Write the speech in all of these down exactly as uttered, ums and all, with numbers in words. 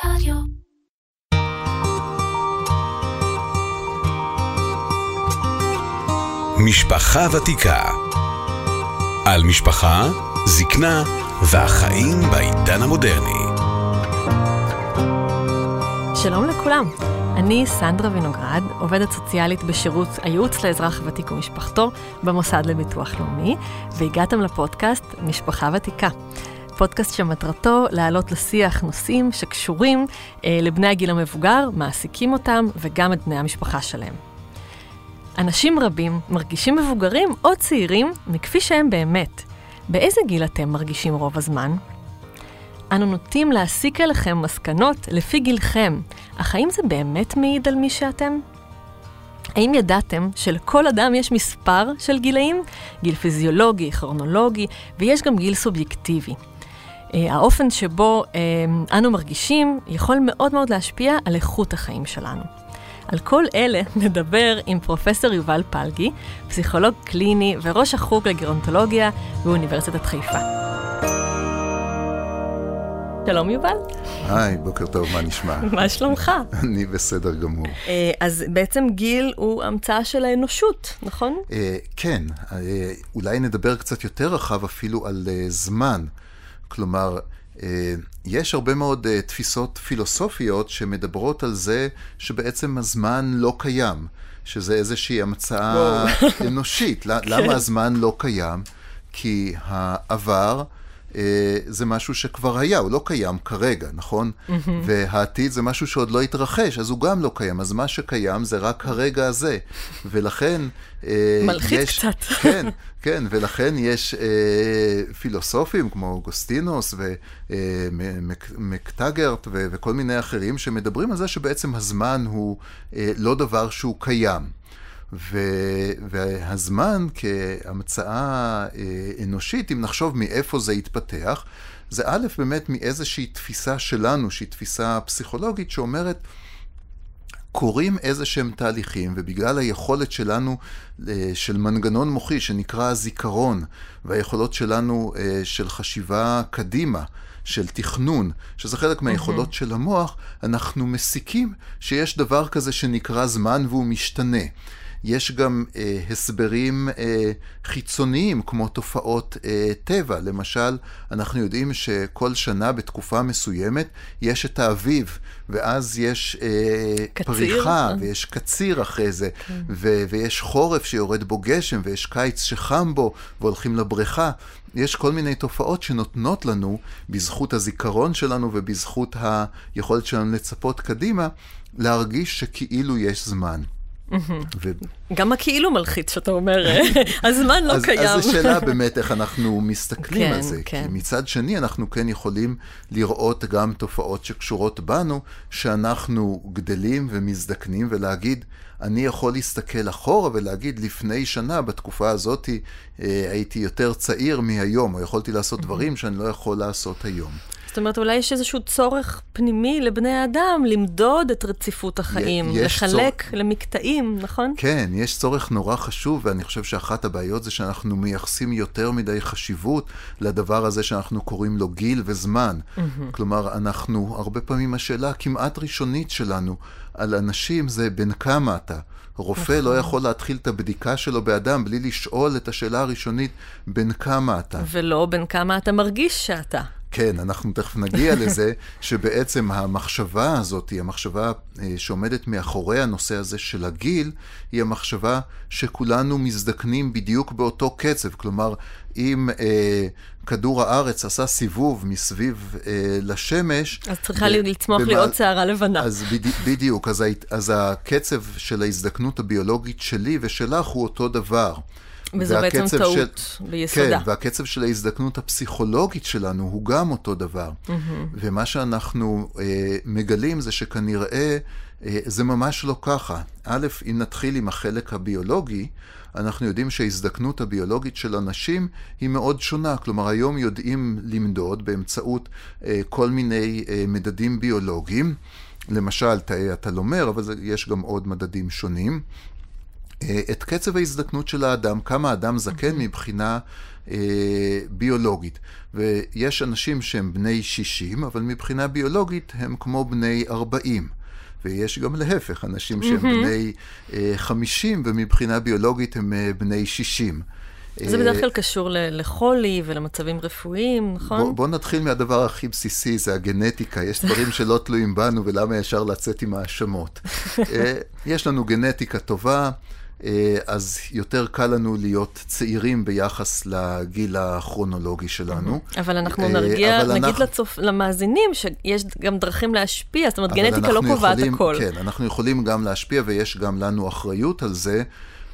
רדיו. משפחה ותיקה. על משפחה, זקנה והחיים בעידן המודרני. שלום לכולם, אני סנדרה וינוגרד, עובדת סוציאלית בשירות הייעוץ לאזרח ותיק ומשפחתו במוסד לביטוח לאומי, והגעתם לפודקאסט משפחה ותיקה. פודקאסט שמטרתו להעלות לשיח נושאים שקשורים אה, לבני הגיל המבוגר, מעסיקים אותם וגם את בני המשפחה שלהם. אנשים רבים מרגישים מבוגרים או צעירים מכפי שהם באמת. באיזה גיל אתם מרגישים רוב הזמן? אנו נוטים להסיק אליכם מסקנות לפי גילכם. אך האם זה באמת מעיד על מי שאתם? האם ידעתם שלכל אדם יש מספר של גילאים? גיל פיזיולוגי, כרונולוגי, ויש גם גיל סובייקטיבי. האופן שבו אנו מרגישים יכול מאוד מאוד להשפיע על איכות החיים שלנו. על כל אלה נדבר עם פרופסור יובל פלגי, פסיכולוג קליני וראש החוג לגרונטולוגיה באוניברסיטת חיפה. שלום יובל. היי, בוקר טוב, מה נשמע? מה שלומך? אני בסדר גמור. אז בעצם גיל הוא המצאה של האנושות, נכון? כן, אולי נדבר קצת יותר רחב אפילו על זמן. כלומר, יש הרבה מאוד תפיסות פילוסופיות שמדברות על זה שבעצם הזמן לא קיים, שזה איזושהי המצאה אנושית. למה הזמן לא קיים? כי העבר זה משהו שכבר היה, הוא לא קיים כרגע, נכון? והעתיד זה משהו שעוד לא התרחש, אז הוא גם לא קיים. אז מה שקיים זה רק הרגע הזה. ולכן מלחיץ קצת. כן, כן, ולכן יש פילוסופים כמו אוגוסטינוס ומקטגרט וכל מיני אחרים שמדברים על זה שבעצם הזמן הוא לא דבר שהוא קיים. והזמן כהמצאה אנושית, אם נחשוב מאיפה זה יתפתח, זה א' באמת מאיזושהי תפיסה שלנו, שהיא תפיסה פסיכולוגית שאומרת, קוראים איזה שהם תהליכים, ובגלל היכולת שלנו של מנגנון מוחי שנקרא הזיכרון, והיכולות שלנו של חשיבה קדימה, של תכנון, שזה חלק מהיכולות mm-hmm. של המוח, אנחנו מסיקים שיש דבר כזה שנקרא זמן והוא משתנה. יש גם אה, הסברים אה, חיצוניים כמו תופעות אה, טבע. למשל, אנחנו יודעים שכל שנה בתקופה מסוימת יש את האביב, ואז יש אה, פריחה, ויש קציר אחרי זה, כן. ו- ויש חורף שיורד בו גשם, ויש קיץ שחם בו, והולכים לבריכה. יש כל מיני תופעות שנותנות לנו, בזכות הזיכרון שלנו ובזכות היכולת שלנו לצפות קדימה, להרגיש שכאילו יש זמן. גם הכאילו מלחיץ שאתה אומר, הזמן לא קיים. אז זו שאלה באמת איך אנחנו מסתכלים על זה. כי מצד שני אנחנו כן יכולים לראות גם תופעות שקשורות בנו, שאנחנו גדלים ומזדקנים ולהגיד, אני יכול להסתכל אחורה ולהגיד, לפני שנה, בתקופה הזאת, הייתי יותר צעיר מהיום, או יכולתי לעשות דברים שאני לא יכול לעשות היום. זאת אומרת, אולי יש איזשהו צורך פנימי לבני האדם למדוד את רציפות החיים, לחלק צור... למקטעים, נכון? כן, יש צורך נורא חשוב, ואני חושב שאחת הבעיות זה שאנחנו מייחסים יותר מדי חשיבות לדבר הזה שאנחנו קוראים לו גיל וזמן. Mm-hmm. כלומר, אנחנו, הרבה פעמים השאלה כמעט ראשונית שלנו על אנשים זה בין כמה אתה. רופא לא יכול להתחיל את הבדיקה שלו באדם בלי לשאול את השאלה הראשונית בין כמה אתה. ולא בין כמה אתה מרגיש שאתה. כן, אנחנו תכף נגיע לזה, שבעצם המחשבה הזאת, המחשבה שעומדת מאחורי הנושא הזה של הגיל, היא המחשבה שכולנו מזדקנים בדיוק באותו קצב. כלומר, אם אה, כדור הארץ עשה סיבוב מסביב אה, לשמש... אז צריכה ב- לצמוח לי עוד שערה לבנה. אז בדי, בדיוק, אז, אז הקצב של ההזדקנות הביולוגית שלי ושלך הוא אותו דבר. וזו בעצם טעות של... ביסודה. כן, והקצב של ההזדקנות הפסיכולוגית שלנו הוא גם אותו דבר. Mm-hmm. ומה שאנחנו אה, מגלים זה שכנראה אה, זה ממש לא ככה. א', אם נתחיל עם החלק הביולוגי, אנחנו יודעים שההזדקנות הביולוגית של אנשים היא מאוד שונה. כלומר, היום יודעים למדוד באמצעות אה, כל מיני אה, מדדים ביולוגיים. למשל, תאי התלומר, אבל יש גם עוד מדדים שונים. את קצב ההזדקנות של האדם, כמה האדם זקן מבחינה אה, ביולוגית. ויש אנשים שהם בני שישים, אבל מבחינה ביולוגית הם כמו בני ארבעים. ויש גם להפך, אנשים שהם mm-hmm. בני אה, חמישים, ומבחינה ביולוגית הם אה, בני שישים. זה בדרך כלל קשור לחולי ולמצבים רפואיים, נכון? בוא, בוא נתחיל מהדבר הכי בסיסי, זה הגנטיקה. יש דברים שלא תלויים בנו, ולמה ישר לצאת עם האשמות. יש לנו גנטיקה טובה, אז יותר קל לנו להיות צעירים ביחס לגיל הכרונולוגי שלנו. אבל אנחנו נרגיע, נגיד אנחנו... לצופ... למאזינים, שיש גם דרכים להשפיע, זאת אומרת, גנטיקה לא קובעת הכל. כן, אנחנו יכולים גם להשפיע, ויש גם לנו אחריות על זה,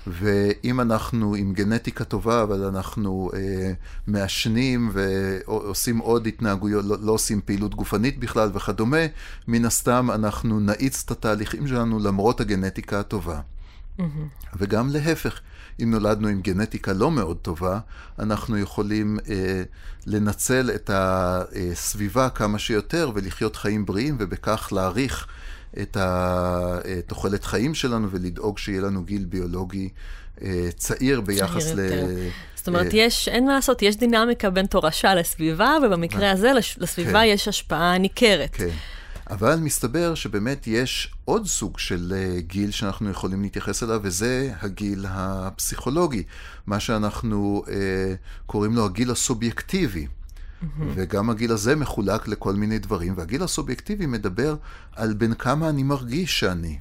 ואם אנחנו עם גנטיקה טובה, אבל אנחנו אה, מעשנים ועושים עוד התנהגויות, לא, לא עושים פעילות גופנית בכלל וכדומה, מן הסתם אנחנו נאיץ את התהליכים שלנו למרות הגנטיקה הטובה. Mm-hmm. וגם להפך, אם נולדנו עם גנטיקה לא מאוד טובה, אנחנו יכולים אה, לנצל את הסביבה כמה שיותר ולחיות חיים בריאים, ובכך להאריך את התוחלת חיים שלנו ולדאוג שיהיה לנו גיל ביולוגי צעיר ביחס ל... זאת אומרת, יש, אין מה לעשות, יש דינמיקה בין תורשה לסביבה, ובמקרה הזה לסביבה יש השפעה ניכרת. כן, אבל מסתבר שבאמת יש עוד סוג של גיל שאנחנו יכולים להתייחס אליו, וזה הגיל הפסיכולוגי, מה שאנחנו קוראים לו הגיל הסובייקטיבי. Mm-hmm. וגם הגיל הזה מחולק לכל מיני דברים, והגיל הסובייקטיבי מדבר על בין כמה אני מרגיש שאני.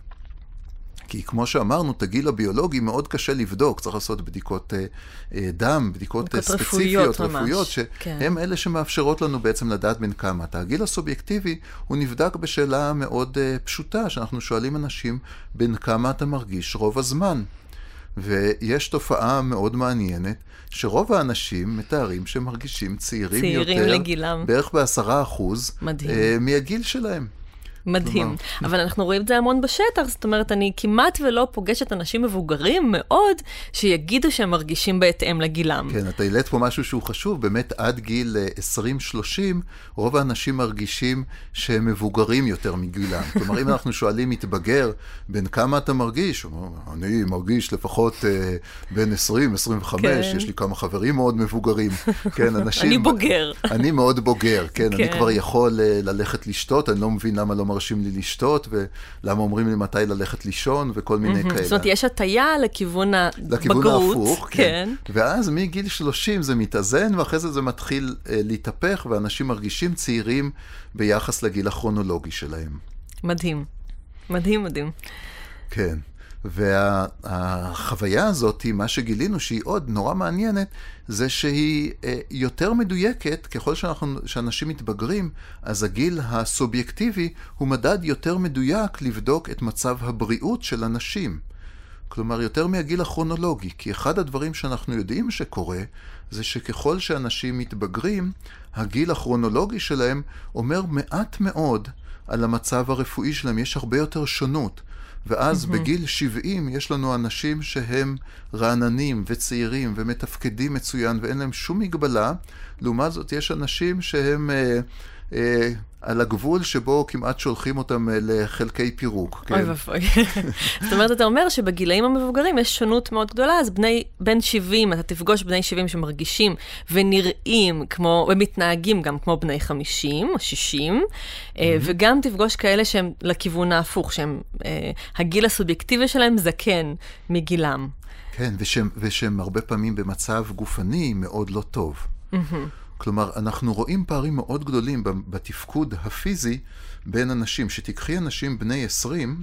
כי כמו שאמרנו, את הגיל הביולוגי מאוד קשה לבדוק, צריך לעשות בדיקות אה, דם, בדיקות, בדיקות ספציפיות, רפואיות, רפואיות שהן כן. אלה שמאפשרות לנו בעצם לדעת בין כמה. את הגיל הסובייקטיבי הוא נבדק בשאלה מאוד אה, פשוטה, שאנחנו שואלים אנשים בין כמה אתה מרגיש רוב הזמן. ויש תופעה מאוד מעניינת, שרוב האנשים מתארים שהם מרגישים צעירים, צעירים יותר, לגילם. בערך בעשרה אחוז uh, מהגיל שלהם. מדהים. כלומר, אבל אנחנו רואים את זה המון בשטח, זאת אומרת, אני כמעט ולא פוגשת אנשים מבוגרים מאוד, שיגידו שהם מרגישים בהתאם לגילם. כן, אתה העלית פה משהו שהוא חשוב, באמת עד גיל עשרים שלושים, רוב האנשים מרגישים שהם מבוגרים יותר מגילם. כלומר, אם אנחנו שואלים מתבגר, בין כמה אתה מרגיש? אני מרגיש לפחות uh, בין עשרים עשרים וחמש, כן. יש לי כמה חברים מאוד מבוגרים. כן, אנשים... אני בוגר. אני מאוד בוגר, כן, כן. אני כבר יכול uh, ללכת לשתות, אני לא מבין למה לא מרשים לי לשתות, ולמה אומרים לי מתי ללכת לישון, וכל מיני כאלה. זאת אומרת, יש הטיה לכיוון הבגרות. לכיוון ההפוך, כן. ואז מגיל שלושים זה מתאזן, ואחרי זה זה מתחיל להתהפך, ואנשים מרגישים צעירים ביחס לגיל הכרונולוגי שלהם. מדהים. מדהים, מדהים. כן. והחוויה הזאת, מה שגילינו שהיא עוד נורא מעניינת, זה שהיא יותר מדויקת, ככל שאנחנו, שאנשים מתבגרים, אז הגיל הסובייקטיבי הוא מדד יותר מדויק לבדוק את מצב הבריאות של אנשים. כלומר, יותר מהגיל הכרונולוגי, כי אחד הדברים שאנחנו יודעים שקורה, זה שככל שאנשים מתבגרים, הגיל הכרונולוגי שלהם אומר מעט מאוד על המצב הרפואי שלהם, יש הרבה יותר שונות. ואז mm-hmm. בגיל שבעים יש לנו אנשים שהם רעננים וצעירים ומתפקדים מצוין ואין להם שום מגבלה. לעומת זאת יש אנשים שהם אה, אה, על הגבול שבו כמעט שולחים אותם לחלקי פירוק. אוי כן? ופוי. זאת אומרת, אתה אומר שבגילאים המבוגרים יש שונות מאוד גדולה, אז בני, בין שבעים, אתה תפגוש בני שבעים שמרגישים ונראים כמו, ומתנהגים גם כמו בני חמישים או שישים, mm-hmm. וגם תפגוש כאלה שהם לכיוון ההפוך, שהם, הגיל הסובייקטיבי שלהם זקן מגילם. כן, ושהם, ושהם הרבה פעמים במצב גופני מאוד לא טוב. Mm-hmm. כלומר, אנחנו רואים פערים מאוד גדולים בתפקוד הפיזי בין אנשים. שתיקחי אנשים בני עשרים,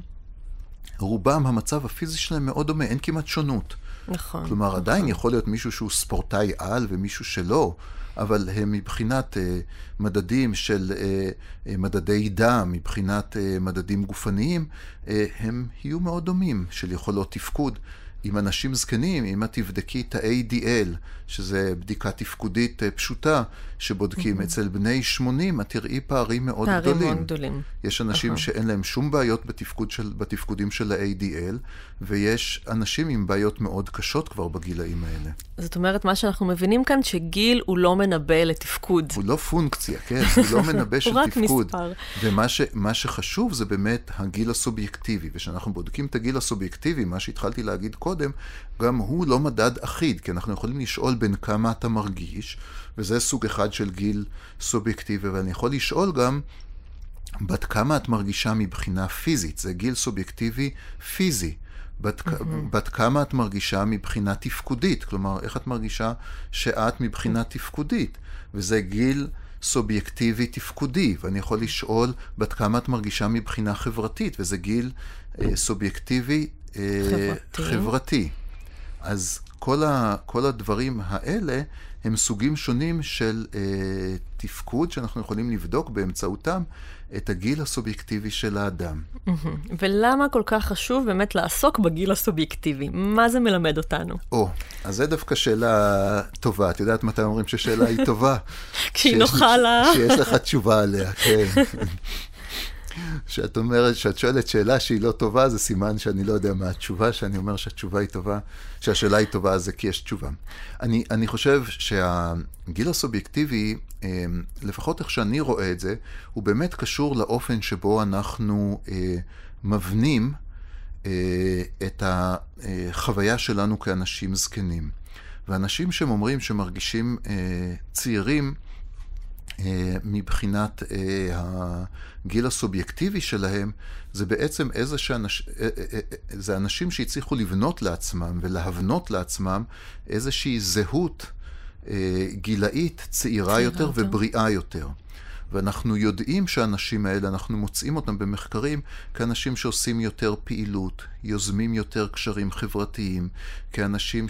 רובם המצב הפיזי שלהם מאוד דומה, אין כמעט שונות. נכון. כלומר, נכון. עדיין יכול להיות מישהו שהוא ספורטאי על ומישהו שלא, אבל הם מבחינת אה, מדדים של אה, אה, מדדי דם, מבחינת אה, מדדים גופניים, אה, הם יהיו מאוד דומים של יכולות תפקוד. עם אנשים זקנים, אם את תבדקי את ה-איי די אל, שזה בדיקה תפקודית פשוטה, שבודקים mm-hmm. אצל בני שמונים, את תראי פערים מאוד פערים גדולים. פערים מאוד גדולים. יש אנשים uh-huh. שאין להם שום בעיות בתפקוד של, בתפקודים של ה-איי די אל, ויש אנשים עם בעיות מאוד קשות כבר בגילאים האלה. זאת אומרת, מה שאנחנו מבינים כאן, שגיל הוא לא מנבא לתפקוד. הוא לא פונקציה, כן? הוא לא מנבא של הוא תפקוד. רק מספר. ומה ש, מה שחשוב זה באמת הגיל הסובייקטיבי, ושאנחנו בודקים את הגיל הסובייקטיבי, מה שהתחלתי להגיד קודם, קודם, גם הוא לא מדד אחיד, כי אנחנו יכולים לשאול בין כמה אתה מרגיש, וזה סוג אחד של גיל סובייקטיבי, ואני יכול לשאול גם בת כמה את מרגישה מבחינה פיזית, זה גיל סובייקטיבי פיזי. בת, mm-hmm. בת כמה את מרגישה מבחינה תפקודית, כלומר, איך את מרגישה שאת מבחינה mm-hmm. תפקודית, וזה גיל סובייקטיבי תפקודי, ואני יכול לשאול בת כמה את מרגישה מבחינה חברתית, וזה גיל אה, סובייקטיבי אה, חברתי. חברתי. אז כל, ה, כל הדברים האלה הם סוגים שונים של אה, תפקוד שאנחנו יכולים לבדוק באמצעותם את הגיל הסובייקטיבי של האדם. ולמה כל כך חשוב באמת לעסוק בגיל הסובייקטיבי? מה זה מלמד אותנו? או, אז זה דווקא שאלה טובה. את יודעת מתי אומרים ששאלה היא טובה? כשהיא נוחה לה. שיש לך תשובה עליה, כן. שאת אומרת, שאת שואלת שאלה שהיא לא טובה, זה סימן שאני לא יודע מה התשובה, שאני אומר שהתשובה היא טובה, שהשאלה היא טובה, זה כי יש תשובה. אני, אני חושב שהגיל הסובייקטיבי, לפחות איך שאני רואה את זה, הוא באמת קשור לאופן שבו אנחנו מבנים את החוויה שלנו כאנשים זקנים. ואנשים שהם אומרים שמרגישים צעירים, מבחינת הגיל הסובייקטיבי שלהם, זה בעצם איזה שאנש... זה אנשים שהצליחו לבנות לעצמם ולהבנות לעצמם איזושהי זהות גילאית צעירה יותר ובריאה יותר. ואנחנו יודעים שהאנשים האלה, אנחנו מוצאים אותם במחקרים כאנשים שעושים יותר פעילות, יוזמים יותר קשרים חברתיים, כאנשים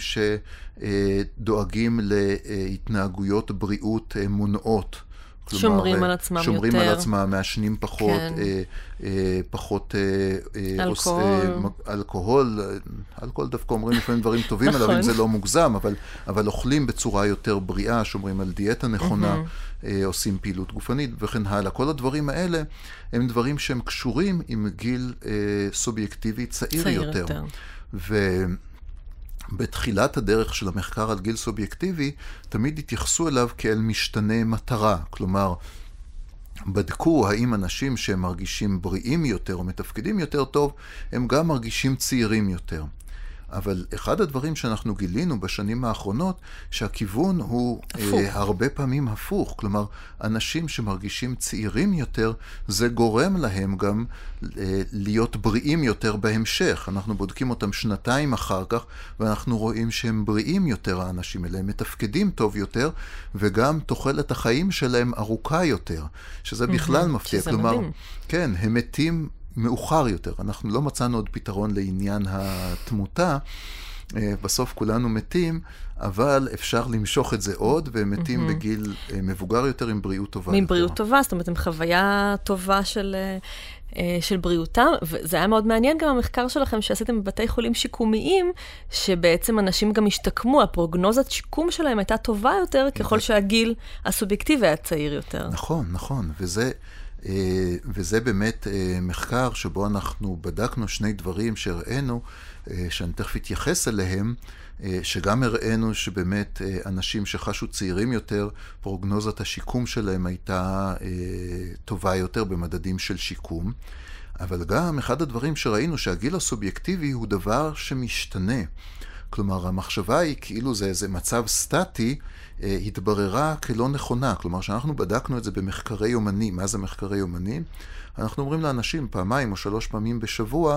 שדואגים להתנהגויות בריאות מונעות. כלומר, שומרים על עצמם שומרים יותר. שומרים על עצמם, מעשנים פחות, כן. אה, אה, פחות אה, אלכוהול. אה, אלכוהול. אלכוהול דווקא אומרים לפעמים דברים טובים עליו, אם זה לא מוגזם, אבל, אבל אוכלים בצורה יותר בריאה, שומרים על דיאטה נכונה, אה, עושים פעילות גופנית וכן הלאה. כל הדברים האלה הם דברים שהם קשורים עם גיל אה, סובייקטיבי צעיר, צעיר יותר. יותר. ו... בתחילת הדרך של המחקר על גיל סובייקטיבי, תמיד התייחסו אליו כאל משתנה מטרה. כלומר, בדקו האם אנשים שהם מרגישים בריאים יותר או מתפקדים יותר טוב, הם גם מרגישים צעירים יותר. אבל אחד הדברים שאנחנו גילינו בשנים האחרונות, שהכיוון הוא אה, הרבה פעמים הפוך. כלומר, אנשים שמרגישים צעירים יותר, זה גורם להם גם אה, להיות בריאים יותר בהמשך. אנחנו בודקים אותם שנתיים אחר כך, ואנחנו רואים שהם בריאים יותר, האנשים האלה. הם מתפקדים טוב יותר, וגם תוחלת החיים שלהם ארוכה יותר. שזה בכלל מפתיע. שזה כלומר, מדהים. כן, הם מתים מאוחר יותר. אנחנו לא מצאנו עוד פתרון לעניין התמותה. בסוף כולנו מתים, אבל אפשר למשוך את זה עוד, והם מתים בגיל מבוגר יותר עם בריאות טובה. מבריאות טובה, זאת אומרת, עם חוויה טובה של, של בריאותם, וזה היה מאוד מעניין גם המחקר שלכם שעשיתם בבתי חולים שיקומיים, שבעצם אנשים גם השתקמו, הפרוגנוזת שיקום שלהם הייתה טובה יותר, ככל שהגיל הסובייקטיבי היה צעיר יותר. נכון, נכון, וזה... וזה באמת מחקר שבו אנחנו בדקנו שני דברים שהראינו, שאני תכף אתייחס אליהם, שגם הראינו שבאמת אנשים שחשו צעירים יותר, פרוגנוזת השיקום שלהם הייתה טובה יותר במדדים של שיקום. אבל גם אחד הדברים שראינו שהגיל הסובייקטיבי הוא דבר שמשתנה. כלומר, המחשבה היא כאילו זה איזה מצב סטטי, התבררה כלא נכונה. כלומר, שאנחנו בדקנו את זה במחקרי יומנים. מה זה מחקרי יומנים? אנחנו אומרים לאנשים פעמיים או שלוש פעמים בשבוע,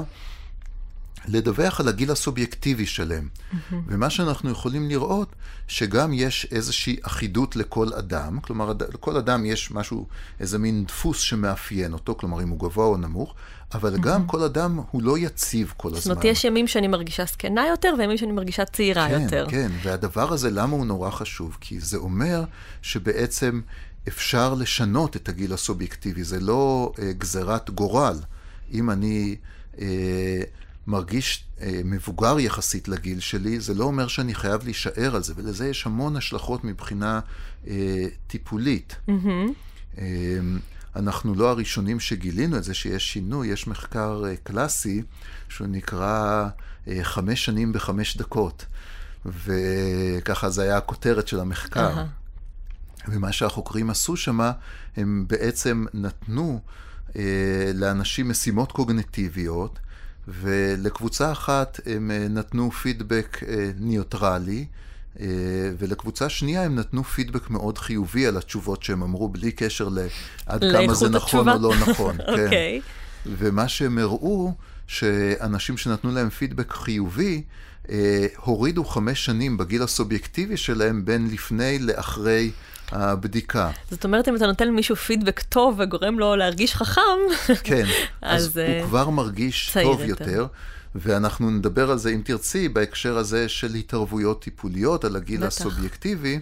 לדווח על הגיל הסובייקטיבי שלהם. Mm-hmm. ומה שאנחנו יכולים לראות, שגם יש איזושהי אחידות לכל אדם, כלומר, לכל אדם יש משהו, איזה מין דפוס שמאפיין אותו, כלומר, אם הוא גבוה או נמוך, אבל mm-hmm. גם כל אדם הוא לא יציב כל הזמן. זאת אומרת, יש ימים שאני מרגישה סקנה יותר, וימים שאני מרגישה צעירה כן, יותר. כן, והדבר הזה, למה הוא נורא חשוב? כי זה אומר שבעצם אפשר לשנות את הגיל הסובייקטיבי, זה לא אה, גזרת גורל. אם אני... אה, מרגיש אה, מבוגר יחסית לגיל שלי, זה לא אומר שאני חייב להישאר על זה, ולזה יש המון השלכות מבחינה אה, טיפולית. Mm-hmm. אה, אנחנו לא הראשונים שגילינו את זה, שיש שינוי, יש מחקר אה, קלאסי, שהוא נקרא אה, חמש שנים בחמש דקות, וככה זה היה הכותרת של המחקר. Uh-huh. ומה שהחוקרים עשו שמה, הם בעצם נתנו אה, לאנשים משימות קוגניטיביות, ולקבוצה אחת הם נתנו פידבק ניוטרלי, ולקבוצה שנייה הם נתנו פידבק מאוד חיובי על התשובות שהם אמרו, בלי קשר לעד כמה זה נכון או לא נכון. אוקיי. ומה שהם הראו, שאנשים שנתנו להם פידבק חיובי, הורידו חמש שנים בגיל הסובייקטיבי שלהם בין לפני לאחרי הבדיקה. זאת אומרת, אם אתה נותן למישהו פידבק טוב וגורם לו להרגיש חכם, כן, אז הוא כבר מרגיש טוב יותר, ואנחנו נדבר על זה, אם תרצי, בהקשר הזה של התערבויות טיפוליות על הגיל הסובייקטיבי,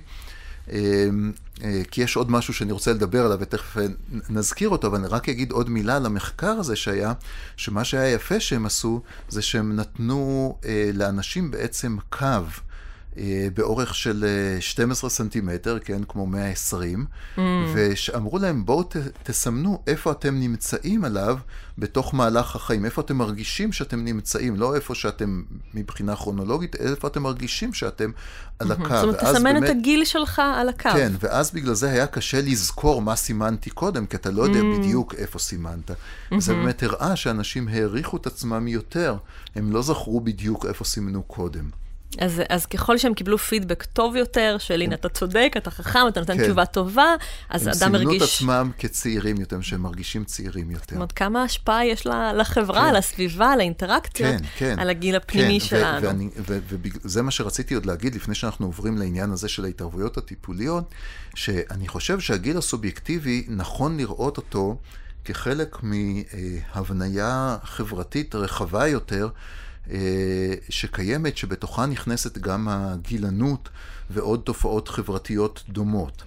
כי יש עוד משהו שאני רוצה לדבר עליו, ותכף נזכיר אותו, אבל אני רק אגיד עוד מילה על המחקר הזה שהיה, שמה שהיה יפה שהם עשו, זה שהם נתנו לאנשים בעצם קו, באורך של שנים עשר סנטימטר, כן, כמו מאה ועשרים, mm. ואמרו להם, בואו ת, תסמנו איפה אתם נמצאים עליו בתוך מהלך החיים, איפה אתם מרגישים שאתם נמצאים, לא איפה שאתם מבחינה כרונולוגית, איפה אתם מרגישים שאתם על הקו. זאת אומרת, תסמן באמת, את הגיל שלך על הקו. כן, ואז בגלל זה היה קשה לזכור מה סימנתי קודם, כי אתה לא יודע mm. בדיוק איפה סימנת. Mm-hmm. וזה באמת הראה שאנשים העריכו את עצמם יותר, הם לא זכרו בדיוק איפה סימנו קודם. אז, אז ככל שהם קיבלו פידבק טוב יותר, של הנה, אתה צודק, אתה חכם, אתה נותן כן. תשובה טובה, אז אדם מרגיש... הם סימנו את עצמם כצעירים יותר, שהם מרגישים צעירים יותר. זאת אומרת, כמה השפעה יש לחברה, כן. לסביבה, לאינטראקציות, כן, כן. על הגיל הפנימי כן. שלנו. וזה מה שרציתי עוד להגיד, לפני שאנחנו עוברים לעניין הזה של ההתערבויות הטיפוליות, שאני חושב שהגיל הסובייקטיבי, נכון לראות אותו כחלק מהבניה חברתית רחבה יותר, שקיימת, שבתוכה נכנסת גם הגילנות ועוד תופעות חברתיות דומות.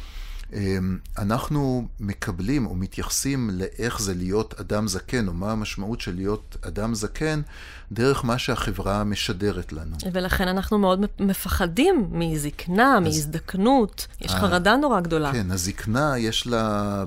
אנחנו מקבלים או מתייחסים לאיך זה להיות אדם זקן, או מה המשמעות של להיות אדם זקן, דרך מה שהחברה משדרת לנו. ולכן אנחנו מאוד מפחדים מזקנה, מהזדקנות. יש חרדה נורא גדולה. כן, הזקנה יש לה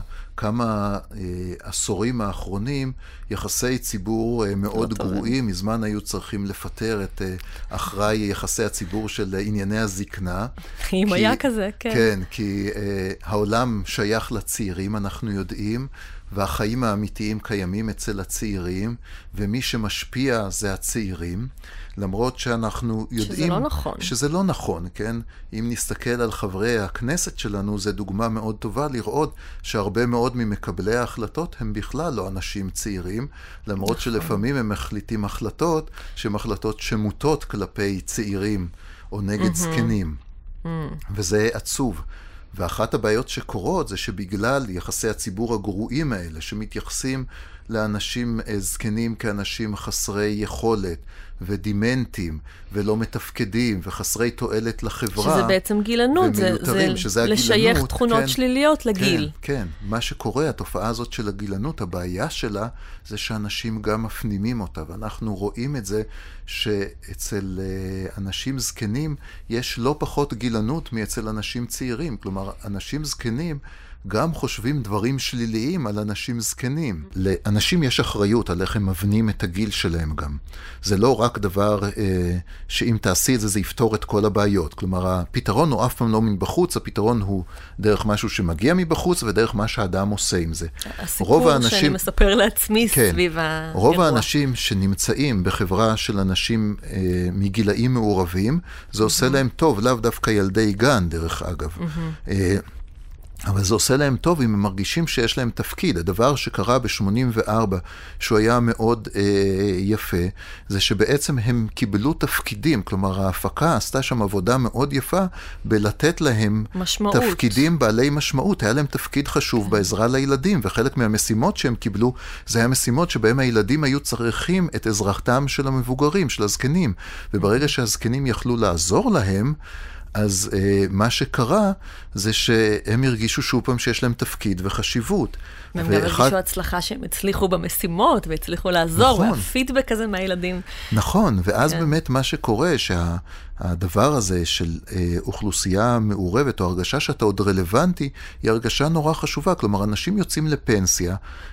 בכמה עשורים האחרונים יחסי ציבור מאוד גרועים. מזמן היו צריכים לפטר את אחראי יחסי הציבור של ענייני הזקנה. אם היה כזה, כן. כן, כי העולם שייך לצעירים, אנחנו יודעים, והחיים האמיתיים קיימים אצל הצעירים, ומי שמשפיע זה הצעירים, למרות שאנחנו יודעים... שזה לא נכון. שזה לא נכון, כן? אם נסתכל על חברי הכנסת שלנו, זו דוגמה מאוד טובה לראות שהרבה מאוד ממקבלי ההחלטות הם בכלל לא אנשים צעירים, למרות נכון. שלפעמים הם מחליטים החלטות שהן החלטות שמוטות כלפי צעירים, או נגד mm-hmm. זקנים. Mm-hmm. וזה עצוב. ואחת הבעיות שקורות זה שבגלל יחסי הציבור הגרועים האלה, שמתייחסים לאנשים זקנים כאנשים חסרי יכולת ודימנטים ולא מתפקדים וחסרי תועלת לחברה. שזה בעצם גילנות, זה, זה לשייך הגילנות, תכונות כן, שליליות לגיל. כן, כן. מה שקורה, התופעה הזאת של הגילנות, הבעיה שלה זה שאנשים גם מפנימים אותה, ואנחנו רואים את זה שאצל אנשים זקנים יש לא פחות גילנות מאצל אנשים צעירים. כלומר, אנשים זקנים גם חושבים דברים שליליים על אנשים זקנים. לאנשים יש אחריות על איך הם מבנים את הגיל שלהם גם. זה לא רק דבר אה, שאם תעשי את זה, זה יפתור את כל הבעיות. כלומר, הפתרון הוא אף פעם לא מבחוץ, הפתרון הוא דרך משהו שמגיע מבחוץ, ודרך מה שהאדם עושה עם זה. הסיפור האנשים, שאני מספר לעצמי כן, סביב האירוע. רוב האנשים שנמצאים בחברה של אנשים אה, מגילאים מעורבים, זה עושה mm-hmm. להם טוב, לאו דווקא ילדי גן, דרך אגב. Mm-hmm. אה, אבל זה עושה להם טוב אם הם מרגישים שיש להם תפקיד. הדבר שקרה ב-שמונים וארבע, שהוא היה מאוד אה, יפה, זה שבעצם הם קיבלו תפקידים, כלומר ההפקה עשתה שם עבודה מאוד יפה, בלתת להם משמעות. תפקידים בעלי משמעות. היה להם תפקיד חשוב בעזרה לילדים, וחלק מהמשימות שהם קיבלו, זה היה משימות שבהם הילדים היו צריכים את עזרתם של המבוגרים, של הזקנים. וברגע שהזקנים יכלו לעזור להם, אז אה, מה שקרה זה שהם הרגישו שוב פעם שיש להם תפקיד וחשיבות. הם ואחד... גם הרגישו הצלחה שהם הצליחו במשימות והצליחו לעזור, נכון. והפידבק הזה מהילדים. נכון, ואז כן. באמת מה שקורה שהדבר הזה של אה, אוכלוסייה מעורבת, או הרגשה שאתה עוד רלוונטי, היא הרגשה נורא חשובה. כלומר, אנשים יוצאים לפנסיה,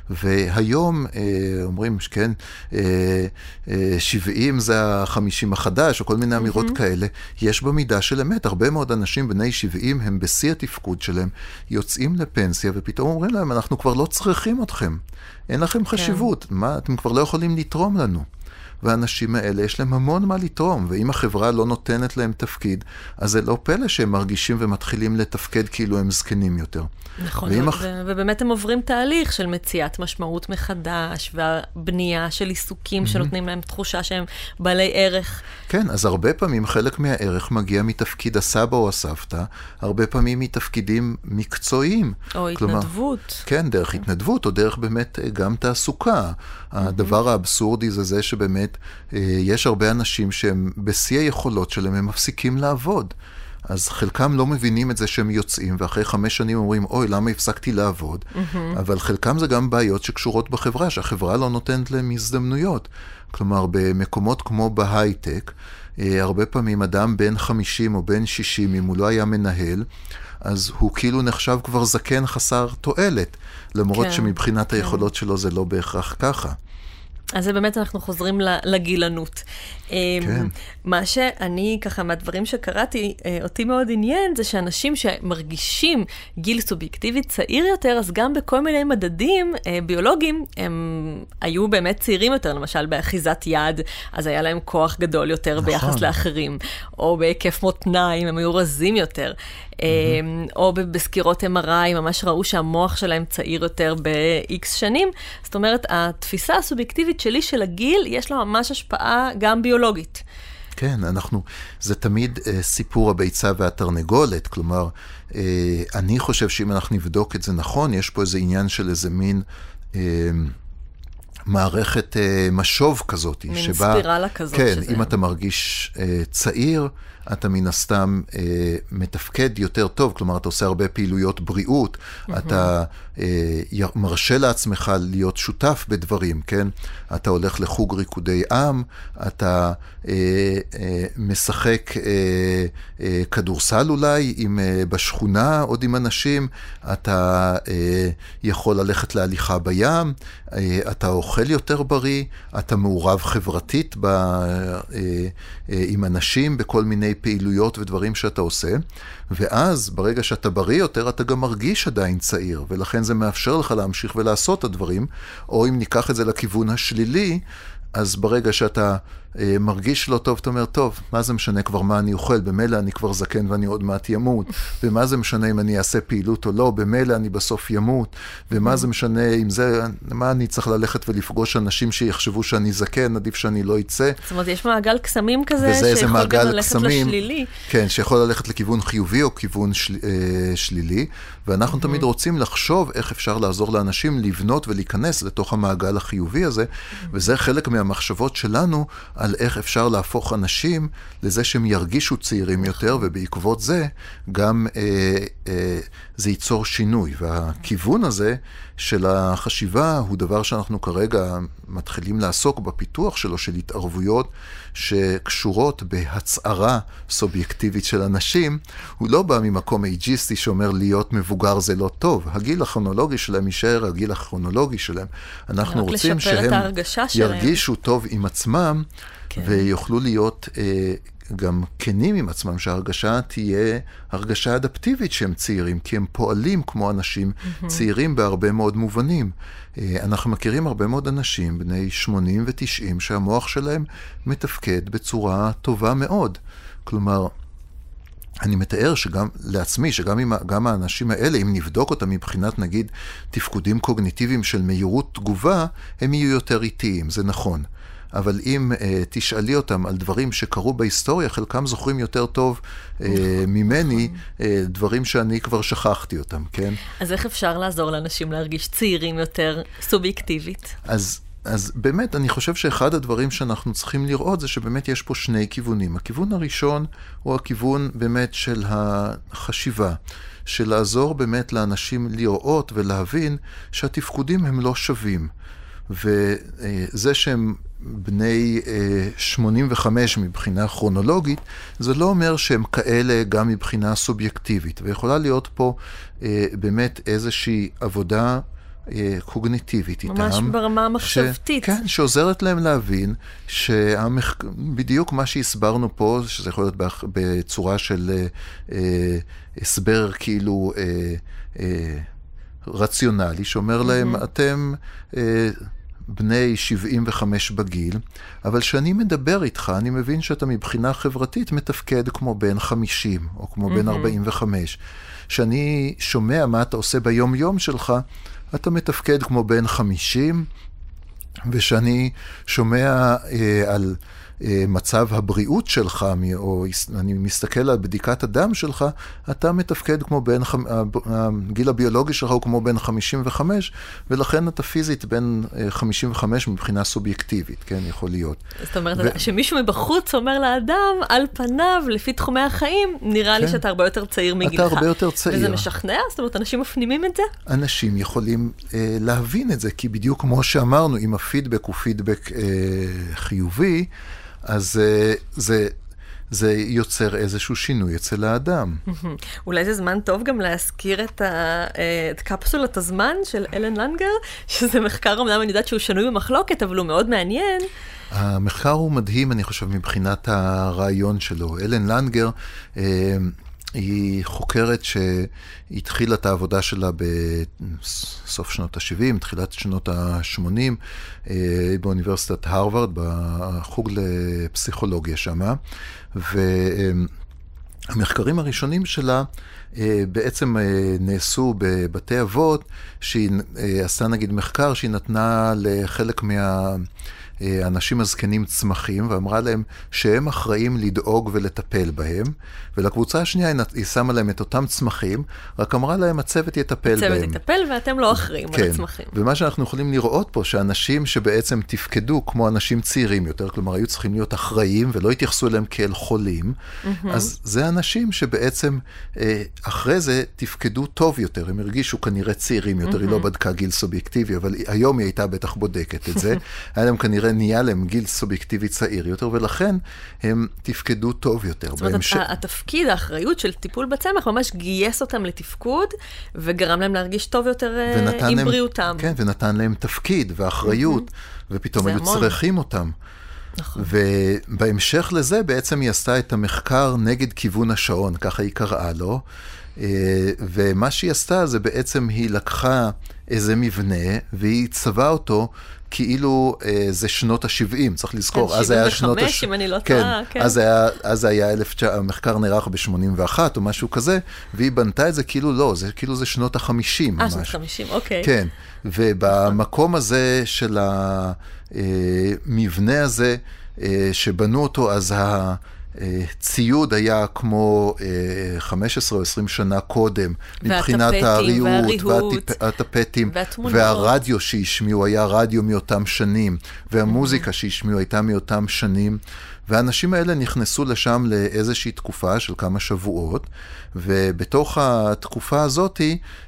והיום אה, אומרים, כן, אה, אה, שבעים זה החמישים החדש, או כל מיני אמירות mm-hmm. כאלה, יש במידה של אמת. באמת הרבה מאוד אנשים בני שבעים הם בשיא התפקוד שלהם, יוצאים לפנסיה ופתאום אומרים להם, אנחנו כבר לא צריכים אתכם, אין לכם חשיבות, מה, אתם כבר לא יכולים לתרום לנו. והאנשים האלה יש להם המון מה לתרום, ואם החברה לא נותנת להם תפקיד, אז זה לא פלא שהם מרגישים ומתחילים לתפקד כאילו הם זקנים יותר. נכון, ו- הח... ובאמת הם עוברים תהליך של מציאת משמעות מחדש, והבנייה של עיסוקים mm-hmm. שנותנים להם תחושה שהם בעלי ערך. כן, אז הרבה פעמים חלק מהערך מגיע מתפקיד הסבא או הסבתא, הרבה פעמים מתפקידים מקצועיים. או כלומר, התנדבות. כן, דרך okay. התנדבות, או דרך באמת גם תעסוקה. Mm-hmm. הדבר האבסורדי זה זה שבאמת יש הרבה אנשים שהם בשיא היכולות שלהם, הם מפסיקים לעבוד. אז חלקם לא מבינים את זה שהם יוצאים, ואחרי חמש שנים אומרים, אוי, למה הפסקתי לעבוד? Mm-hmm. אבל חלקם זה גם בעיות שקשורות בחברה, שהחברה לא נותנת להם הזדמנויות. כלומר, במקומות כמו בהייטק, הרבה פעמים אדם בן חמישים או בן שישים, אם הוא לא היה מנהל, אז הוא כאילו נחשב כבר זקן חסר תועלת, למרות כן, שמבחינת כן. היכולות שלו זה לא בהכרח ככה. אז זה באמת אנחנו חוזרים לגילנות. כן. מה שאני, ככה, מהדברים שקראתי, אותי מאוד עניין, זה שאנשים שמרגישים גיל סובייקטיבי צעיר יותר, אז גם בכל מיני מדדים ביולוגיים, הם היו באמת צעירים יותר, למשל באחיזת יד, אז היה להם כוח גדול יותר נכון. ביחס לאחרים, או בהיקף מותניים, הם היו רזים יותר. Mm-hmm. או בסקירות אם אר איי, ממש ראו שהמוח שלהם צעיר יותר ב-X שנים. זאת אומרת, התפיסה הסובייקטיבית שלי של הגיל, יש לה ממש השפעה גם ביולוגית. כן, אנחנו, זה תמיד אה, סיפור הביצה והתרנגולת, כלומר, אה, אני חושב שאם אנחנו נבדוק את זה נכון, יש פה איזה עניין של איזה מין... אה, מערכת אה, משוב כזאת. מין שבה, ספירלה כזאת. כן, שזה... אם אתה מרגיש אה, צעיר, אתה מן הסתם אה, מתפקד יותר טוב, כלומר, אתה עושה הרבה פעילויות בריאות, mm-hmm. אתה אה, מרשה לעצמך להיות שותף בדברים, כן? אתה הולך לחוג ריקודי עם, אתה אה, אה, משחק אה, אה, כדורסל אולי עם, אה, בשכונה, עוד עם אנשים, אתה אה, יכול ללכת להליכה בים, אה, אתה אוכל יותר בריא, אתה מעורב חברתית ב, אה, אה, עם אנשים בכל מיני פעילויות ודברים שאתה עושה, ואז ברגע שאתה בריא יותר, אתה גם מרגיש עדיין צעיר, ולכן זה מאפשר לך להמשיך ולעשות את הדברים, או אם ניקח את זה לכיוון השלילי, אז ברגע שאתה אה, מרגיש לא טוב, אתה אומר, טוב, מה זה משנה כבר מה אני אוכל? במילא אני כבר זקן ואני עוד מעט ימות. ומה זה משנה אם אני אעשה פעילות או לא? במילא אני בסוף ימות. ומה זה משנה אם זה, מה אני צריך ללכת ולפגוש אנשים שיחשבו שאני זקן, עדיף שאני לא יצא. זאת אומרת, יש מעגל קסמים כזה, שיכול גם ללכת קסמים, לשלילי. כן, שיכול ללכת לכיוון חיובי או כיוון של, אה, שלילי. ואנחנו תמיד רוצים לחשוב איך אפשר לעזור לאנשים לבנות ולהיכנס לתוך המעגל החיובי הזה, וזה חלק מהמחשבות שלנו על איך אפשר להפוך אנשים לזה שהם ירגישו צעירים יותר, ובעקבות זה גם אה, אה, זה ייצור שינוי. והכיוון הזה של החשיבה הוא דבר שאנחנו כרגע מתחילים לעסוק בפיתוח שלו, של התערבויות שקשורות בהצערה סובייקטיבית של אנשים. הוא לא בא ממקום אייג'יסטי שאומר להיות מבוגר זה לא טוב. הגיל הכרונולוגי שלהם יישאר הגיל הכרונולוגי שלהם. אנחנו רוצים שהם ירגישו טוב עם עצמם, כן. ויוכלו להיות אה, גם כנים עם עצמם, שההרגשה תהיה הרגשה אדפטיבית שהם צעירים, כי הם פועלים כמו אנשים mm-hmm. צעירים בהרבה מאוד מובנים. אה, אנחנו מכירים הרבה מאוד אנשים, בני שמונים ותשעים, שהמוח שלהם מתפקד בצורה טובה מאוד. כלומר, אני מתאר שגם לעצמי, שגם עם, גם האנשים האלה, אם נבדוק אותם מבחינת, נגיד, תפקודים קוגניטיביים של מהירות תגובה, הם יהיו יותר איטיים, זה נכון. אבל אם uh, תשאלי אותם על דברים שקרו בהיסטוריה, חלקם זוכרים יותר טוב uh, ממני, uh, דברים שאני כבר שכחתי אותם, כן? אז איך אפשר לעזור לאנשים להרגיש צעירים יותר סובייקטיבית? אז, אז באמת, אני חושב שאחד הדברים שאנחנו צריכים לראות זה שבאמת יש פה שני כיוונים. הכיוון הראשון הוא הכיוון באמת של החשיבה, של לעזור באמת לאנשים לראות ולהבין שהתפקודים הם לא שווים. וזה שהם בני שמונים וחמש מבחינה כרונולוגית, זה לא אומר שהם כאלה גם מבחינה סובייקטיבית. ויכולה להיות פה באמת איזושהי עבודה קוגניטיבית איתם. ממש ברמה המחשבתית. ש... כן, שעוזרת להם להבין שבדיוק מה שהסברנו פה, שזה יכול להיות בצורה של אה, הסבר כאילו אה, אה, רציונלי, שאומר להם, אתם אה, בני שבעים וחמש בגיל, אבל כשאני מדבר איתך, אני מבין שאתה מבחינה חברתית מתפקד כמו בן חמישים, או כמו בן ארבעים וחמש. כשאני שומע מה אתה עושה ביום יום שלך, אתה מתפקד כמו בן חמישים, ושאני שומע אה, על אה, מצב הבריאות שלך, או אני מסתכל על בדיקת הדם שלך, אתה מתפקד כמו בן, הגיל הביולוגי שלך הוא כמו בן חמישים וחמש, ולכן אתה פיזית בין אה, חמישים וחמש מבחינה סובייקטיבית, כן, יכול להיות. זאת אומרת, ו... שמישהו מבחוץ אומר לאדם, על פניו, לפי תחומי החיים, נראה כן. לי שאתה הרבה יותר צעיר מגילך. אתה הרבה יותר צעיר. וזה משכנע? זאת אומרת, אנשים מפנימים את זה? אנשים יכולים אה, להבין את זה, כי בדיוק כמו שאמרנו, אם הפידבק הוא פידבק אה, חיובי, אז אה, זה, זה יוצר איזשהו שינוי אצל האדם. אולי זה זמן טוב גם להזכיר את, ה, את קפסולת הזמן של אלן לנגר, שזה מחקר, אמנם אני יודעת שהוא שנוי במחלוקת, אבל הוא מאוד מעניין. המחקר הוא מדהים, אני חושב, מבחינת הרעיון שלו. אלן לנגר, אה, היא חוקרת שהתחילה את העבודה שלה בסוף שנות ה-שבעים, תחילת שנות ה-שמונים, באוניברסיטת הרווארד, בחוג לפסיכולוגיה שמה, והמחקרים הראשונים שלה בעצם נעשו בבתי אבות, שהיא עשתה נגיד מחקר שהיא נתנה לחלק מה... אנשים הזקנים צמחים, ואמרה להם שהם אחראים לדאוג ולטפל בהם, ולקבוצה השנייה היא שמה להם את אותם צמחים, רק אמרה להם הצוות יטפל הצוות בהם. הצוות יטפל ואתם לא אחראים כן. על הצמחים. ומה שאנחנו יכולים לראות פה, שאנשים שבעצם תפקדו כמו אנשים צעירים יותר, כלומר היו צריכים להיות אחראים, ולא התייחסו אליהם כאל חולים, mm-hmm. אז זה אנשים שבעצם אחרי זה תפקדו טוב יותר, הם הרגישו כנראה צעירים יותר, mm-hmm. היא לא בדקה גיל סובייקטיבי, אבל היום היא הייתה בטח בודקת את זה, היה להם כנראה נהיה להם גיל סובייקטיבי צעיר יותר, ולכן הם תפקדו טוב יותר. זאת אומרת, בהמשך... התפקיד, האחריות של טיפול בצמח, ממש גייס אותם לתפקוד, וגרם להם להרגיש טוב יותר עם להם, בריאותם. כן, ונתן להם תפקיד ואחריות, mm-hmm. ופתאום היו המון. צריכים אותם. נכון. ובהמשך לזה בעצם היא עשתה את המחקר נגד כיוון השעון, ככה היא קראה לו, ומה שהיא עשתה זה בעצם היא לקחה איזה מבנה, והיא צבעה אותו כאילו אה, זה שנות ה-שבעים, צריך לזכור. כן, שבעים וחמש, אם אני לא טועה. כן, אז היה, אז היה אלף, המחקר נערך ב-שמונים ואחת או משהו כזה, והיא בנתה את זה כאילו לא, זה כאילו זה שנות ה-חמישים. אה, שנות ה-חמישים, אוקיי. כן, ובמקום הזה של המבנה הזה, שבנו אותו, אז ה... ציוד היה כמו חמש עשרה או עשרים שנה קודם, מבחינת הריהוט והטפטים, והרדיו שהשמיעו היה רדיו מאותם שנים, והמוזיקה שהשמיעו הייתה מאותם שנים, והאנשים האלה נכנסו לשם לאיזושהי תקופה של כמה שבועות, ובתוך התקופה הזאת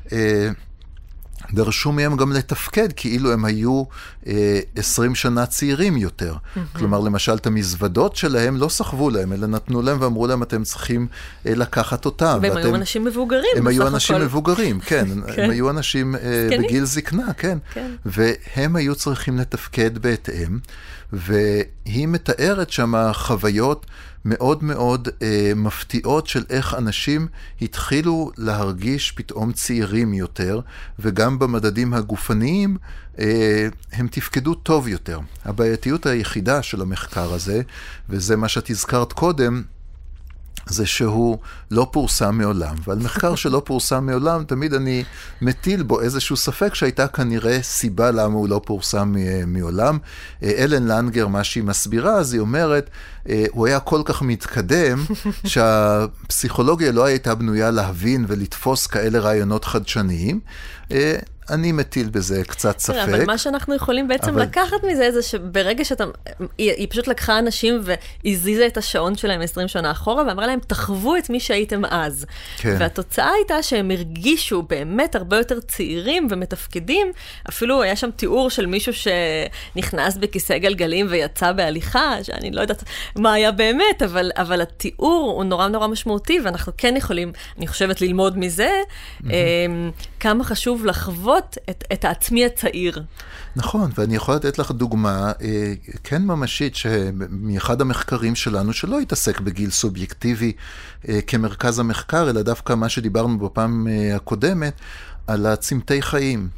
דרשו מהם גם לתפקד, כאילו הם היו אה, עשרים שנה צעירים יותר. Mm-hmm. כלומר, למשל, את המזוודות שלהם לא סחבו להם, אלא נתנו להם ואמרו להם, אתם צריכים אה, לקחת אותם. והם ואתם, היו אנשים מבוגרים. הם היו אנשים הכל... מבוגרים, כן. כן. הם היו אנשים אה, בגיל זקנה, כן. כן. והם היו צריכים לתפקד בהתאם, והיא מתארת שם חוויות מאוד מאוד אה, מפתיעות של איך אנשים התחילו להרגיש פתאום צעירים יותר, וגם במדדים הגופניים אה, הם תפקדו טוב יותר. הבעייתיות היחידה של המחקר הזה, וזה מה שאת הזכרת קודם, זה שהוא לא פורסם מעולם, ועל מחקר שלא פורסם מעולם, תמיד אני מטיל בו איזשהו ספק שהייתה כנראה סיבה למה הוא לא פורסם מעולם. אלן לנגר, מה שהיא מסבירה, אז היא אומרת, הוא היה כל כך מתקדם, שהפסיכולוגיה לא הייתה בנויה להבין ולתפוס כאלה רעיונות חדשניים, אני מטיל בזה קצת ספק. אבל מה שאנחנו יכולים בעצם אבל... לקחת מזה, זה שברגע שאתה... היא, היא פשוט לקחה אנשים והזיזה את השעון שלהם עשרים שנה אחורה, ואמרה להם, תחוו את מי שהייתם אז. כן. והתוצאה הייתה שהם הרגישו באמת הרבה יותר צעירים ומתפקדים. אפילו היה שם תיאור של מישהו שנכנס בכיסא גלגלים ויצא בהליכה, שאני לא יודעת מה היה באמת, אבל, אבל התיאור הוא נורא נורא משמעותי, ואנחנו כן יכולים, אני חושבת, ללמוד מזה, mm-hmm. כמה חשוב לחוות לראות את, את העצמי הצעיר. נכון, ואני יכול לתת לך דוגמה, כן ממשית, שמאחד המחקרים שלנו, שלא התעסק בגיל סובייקטיבי כמרכז המחקר, אלא דווקא מה שדיברנו בפעם הקודמת, על הצמתי חיים,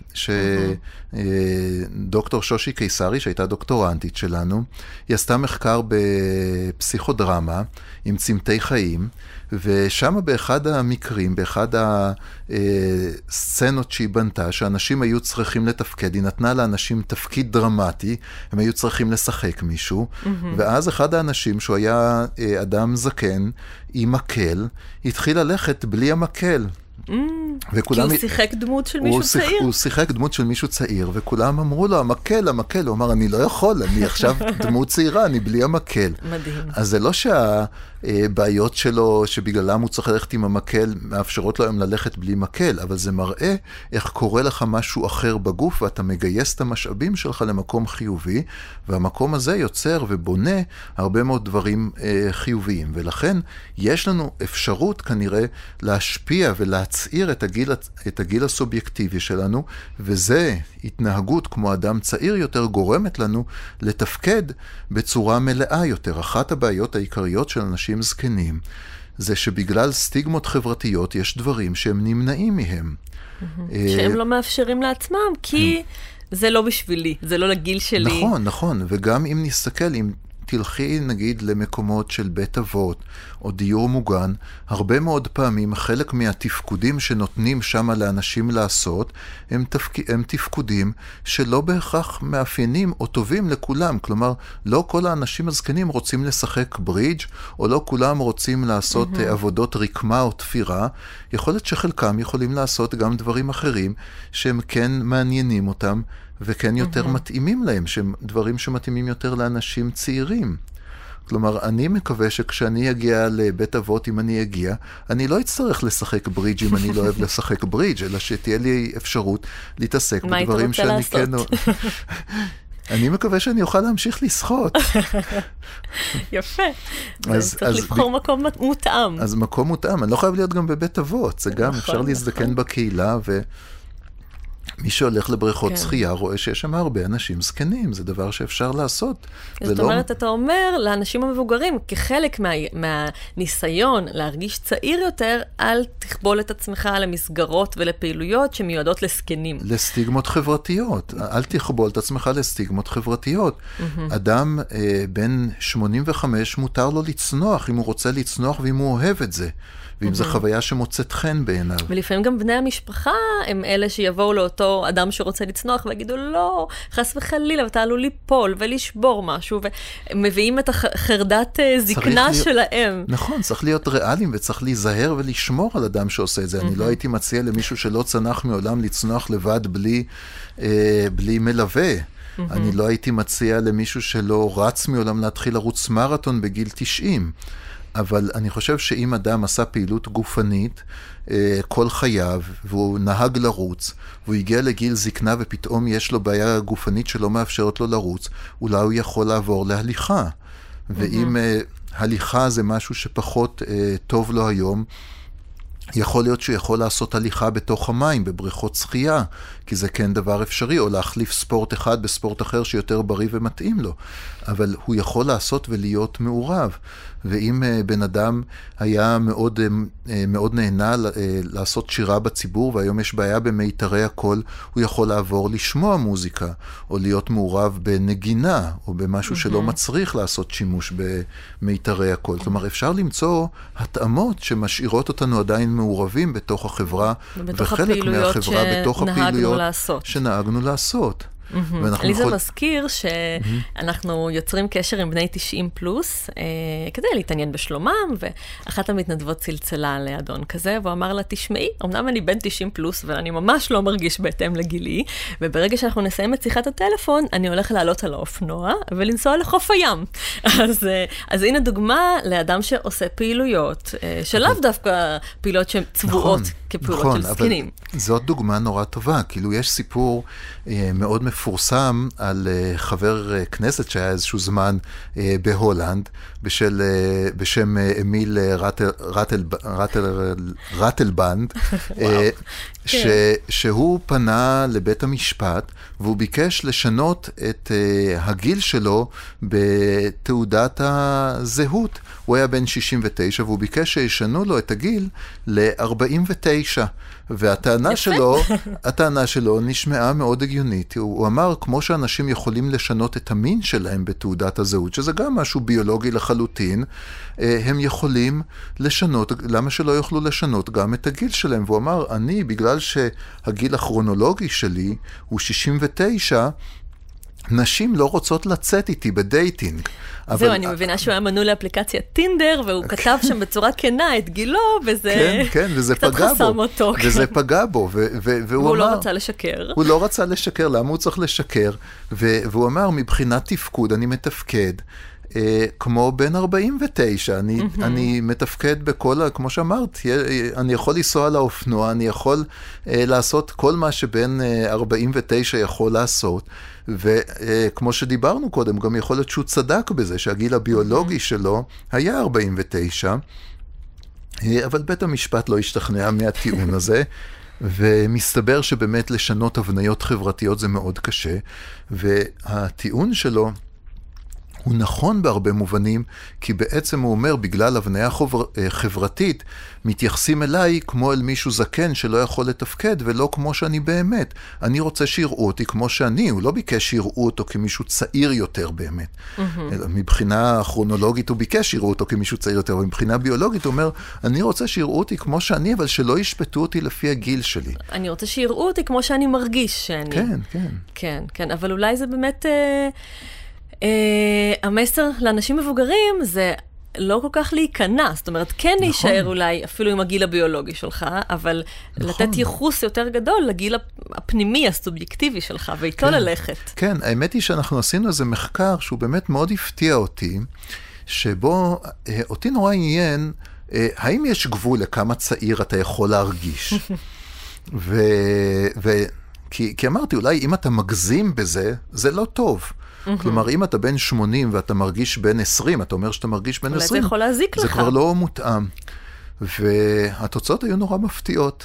שדוקטור שושי קיסרי, שהייתה דוקטורנטית שלנו, היא עשתה מחקר בפסיכודרמה עם צמתי חיים, ושם באחד המקרים, באחד הסצנות שהיא בנתה, שאנשים היו צריכים לתפקד, היא נתנה לאנשים תפקיד דרמטי, הם היו צריכים לשחק מישהו, ואז אחד האנשים, שהוא היה אדם זקן, עם מקל, התחיל ללכת בלי המקל. כי הוא שיחק דמות של מישהו צעיר. הוא שיחק דמות של מישהו צעיר, וכולם אמרו לו, המקל, המקל. הוא אמר, אני לא יכול, אני עכשיו דמות צעירה, אני בלי המקל. מדהים. אז זה לא שהבעיות שלו, שבגללם הוא צריך ללכת עם המקל, מאפשרות לו היום ללכת בלי מקל, אבל זה מראה איך קורה לך משהו אחר בגוף, ואתה מגייס את המשאבים שלך למקום חיובי, והמקום הזה יוצר ובונה הרבה מאוד דברים חיוביים. ולכן יש לנו אפשרות כנראה להשפיע ולהצעיר את הגיל, את הגיל הסובייקטיבי שלנו, וזה התנהגות כמו אדם צעיר יותר גורמת לנו לתפקד בצורה מלאה יותר. אחת הבעיות העיקריות של אנשים זקנים זה שבגלל סטיגמות חברתיות יש דברים שהם נמנעים מהם. שהם לא מאפשרים לעצמם, כי זה לא בשבילי, זה לא לגיל שלי. נכון, נכון, וגם אם נסתכל, אם תלכי נגיד למקומות של בית אבות או דיור מוגן, הרבה מאוד פעמים חלק מהתפקודים שנותנים שם לאנשים לעשות, הם, תפק... הם תפקודים שלא בהכרח מאפיינים או טובים לכולם. כלומר, לא כל האנשים הזקנים רוצים לשחק ברידג' או לא כולם רוצים לעשות mm-hmm. עבודות רקמה או תפירה. יכול להיות שחלקם יכולים לעשות גם דברים אחרים שהם כן מעניינים אותם, וכן יותר mm-hmm. מתאימים להם, שהם דברים שמתאימים יותר לאנשים צעירים. כלומר, אני מקווה שכשאני אגיע לבית אבות, אם אני אגיע, אני לא אצטרך לשחק ברידג' אם אני לא אוהב לשחק ברידג', אלא שתהיה לי אפשרות להתעסק בדברים שאני כן... אני מקווה שאני אוכל להמשיך לשחות. יפה. אז צריך לבחור מקום מותאם. אז מקום מותאם. אני לא חייב להיות גם בבית אבות. זה גם אפשר להזדקן בקהילה ו... מי שהולך לבריכות שחייה רואה שיש שם הרבה אנשים זקנים, זה דבר שאפשר לעשות. זאת אומרת, אתה אומר לאנשים המבוגרים, כחלק מהניסיון להרגיש צעיר יותר, אל תכבול את עצמך למסגרות ולפעילויות שמיועדות לזקנים. לסטיגמות חברתיות. אל תכבול את עצמך לסטיגמות חברתיות. אדם בן שמונים וחמש מותר לו לצנוח, אם הוא רוצה לצנוח ואם הוא אוהב את זה. ואם זו חוויה שמוצאת חן בעיניו. ולפעמים גם בני המשפחה הם אלה שיבואו לאותו אדם שרוצה לצנוח, ויגידו, לא, חס וחלילה, ואתה עלול ליפול ולשבור משהו, ומביאים את החרדת זקנה שלהם. נכון, צריך להיות ריאליים, וצריך להיזהר ולשמור על אדם שעושה את זה. אני לא הייתי מציע למישהו שלא צנח מעולם לצנוח לבד בלי, בלי מלווה. אני לא הייתי מציע למישהו שלא רץ מעולם להתחיל לרוץ מרתון בגיל תשעים. אבל אני חושב שאם אדם עשה פעילות גופנית כל חייו, והוא נהג לרוץ, והוא הגיע לגיל זקנה ופתאום יש לו בעיה גופנית שלא מאפשרת לו לרוץ, אולי הוא יכול לעבור להליכה. ואם הליכה זה משהו שפחות טוב לו היום, יכול להיות שהוא יכול לעשות הליכה בתוך המים, בבריכות שחייה, כי זה כן דבר אפשרי, או להחליף ספורט אחד בספורט אחר שיותר בריא ומתאים לו. אבל הוא יכול לעשות ולהיות מעורב. ואם בן אדם היה מאוד, מאוד נהנה לעשות שירה בציבור, והיום יש בעיה במיתרי הקול, הוא יכול לעבור לשמוע מוזיקה, או להיות מעורב בנגינה, או במשהו שלא מצריך לעשות שימוש במיתרי הקול. כלומר, אפשר למצוא התאמות שמשאירות אותנו עדיין מעורבים בתוך החברה, וחלק מהחברה בתוך הפעילויות שנהגנו לעשות. לי זה מזכיר שאנחנו יוצרים קשר עם בני תשעים פלוס, כדי להתעניין בשלומם, ואחת המתנדבות צלצלה לאדון כזה, והוא אמר לה, תשמעי, אמנם אני בן תשעים פלוס, ואני ממש לא מרגיש בהתאם לגילי, וברגע שאנחנו נסיים את שיחת הטלפון, אני הולך לעלות על האופנוע, ולנסוע לחוף הים. אז, אז הנה דוגמה לאדם שעושה פעילויות, שלאו דווקא פעילויות שהן צבועות. כפעולות נכון, של זקנים. אבל זאת דוגמה נורא טובה. כאילו, יש סיפור אה, מאוד מפורסם על אה, חבר אה, כנסת שהיה איזשהו זמן אה, בהולנד, בשל, אה, בשם אה, אמיל אה, רטל, רטל, רטל, רטלבנד, אה, ש, שהוא פנה לבית המשפט, והוא ביקש לשנות את uh, הגיל שלו בתעודת הזהות. הוא היה בן שישים ותשע, והוא ביקש שישנו לו את הגיל ל-ארבעים ותשע. והטענה שלו, הטענה שלו נשמעה מאוד הגיונית. הוא, הוא אמר, כמו שאנשים יכולים לשנות את המין שלהם בתעודת הזהות, שזה גם משהו ביולוגי לחלוטין, הם יכולים לשנות, למה שלא יוכלו לשנות גם את הגיל שלהם? והוא אמר, אני, בגלל שהגיל הכרונולוגי שלי הוא שישים ותשע, נשים לא רוצות לצאת איתי בדייטינג. זהו, אני מבינה שהוא היה מנוי לאפליקציית טינדר, והוא כתב שם בצורה כנה את גילו, וזה קצת חסם אותו. וזה פגע בו. והוא לא רצה לשקר. הוא לא רצה לשקר, למה הוא צריך לשקר? והוא אמר, מבחינת תפקוד, אני מתפקד. כמו בן ארבעים ותשע, אני, mm-hmm. אני מתפקד בכל, כמו שאמרת, אני יכול לנסוע על האופנוע, אני יכול uh, לעשות כל מה שבן uh, ארבעים ותשע יכול לעשות, וכמו uh, שדיברנו קודם, גם יכול להיות שהוא צדק בזה, שהגיל הביולוגי mm-hmm. שלו היה ארבעים ותשע, uh, אבל בית המשפט לא השתכנע מהטיעון הזה, ומסתבר שבאמת לשנות הבניות חברתיות זה מאוד קשה, והטיעון שלו, הוא נכון בהרבה מובנים, כי בעצם הוא אומר, בגלל הבניה חבר... חברתית, מתייחסים אליי כמו אל מישהו זקן שלא יכול לתפקד, ולא כמו שאני באמת. אני רוצה שיראו אותי כמו שאני, הוא לא ביקש שיראו אותו כמישהו צעיר יותר באמת. Mm-hmm. מבחינה כרונולוגית הוא ביקש שיראו אותו כמישהו צעיר יותר, אבל מבחינה ביולוגית הוא אומר, אני רוצה שיראו אותי כמו שאני, אבל שלא ישפטו אותי לפי הגיל שלי. אני רוצה שיראו אותי כמו שאני מרגיש שאני. כן, כן. כן, כן, אבל אולי זה באמת... אה... Uh, המסר לאנשים מבוגרים זה לא כל כך להיכנע, זאת אומרת, כן נכון. להישאר אולי אפילו עם הגיל הביולוגי שלך, אבל נכון. לתת ייחוס יותר גדול לגיל הפנימי, הסובייקטיבי שלך, ואיתו כן. ללכת. כן, האמת היא שאנחנו עשינו איזה מחקר שהוא באמת מאוד הפתיע אותי, שבו uh, אותי נורא עניין, uh, האם יש גבול לכמה צעיר אתה יכול להרגיש? ו... ו... כי, כי אמרתי, אולי אם אתה מגזים בזה, זה לא טוב. Mm-hmm. כלומר, אם אתה בן שמונים ואתה מרגיש בן עשרים, אתה אומר שאתה מרגיש בן עשרים, זה יכול להזיק לך. זה כבר לא מותאם. והתוצאות היו נורא מפתיעות.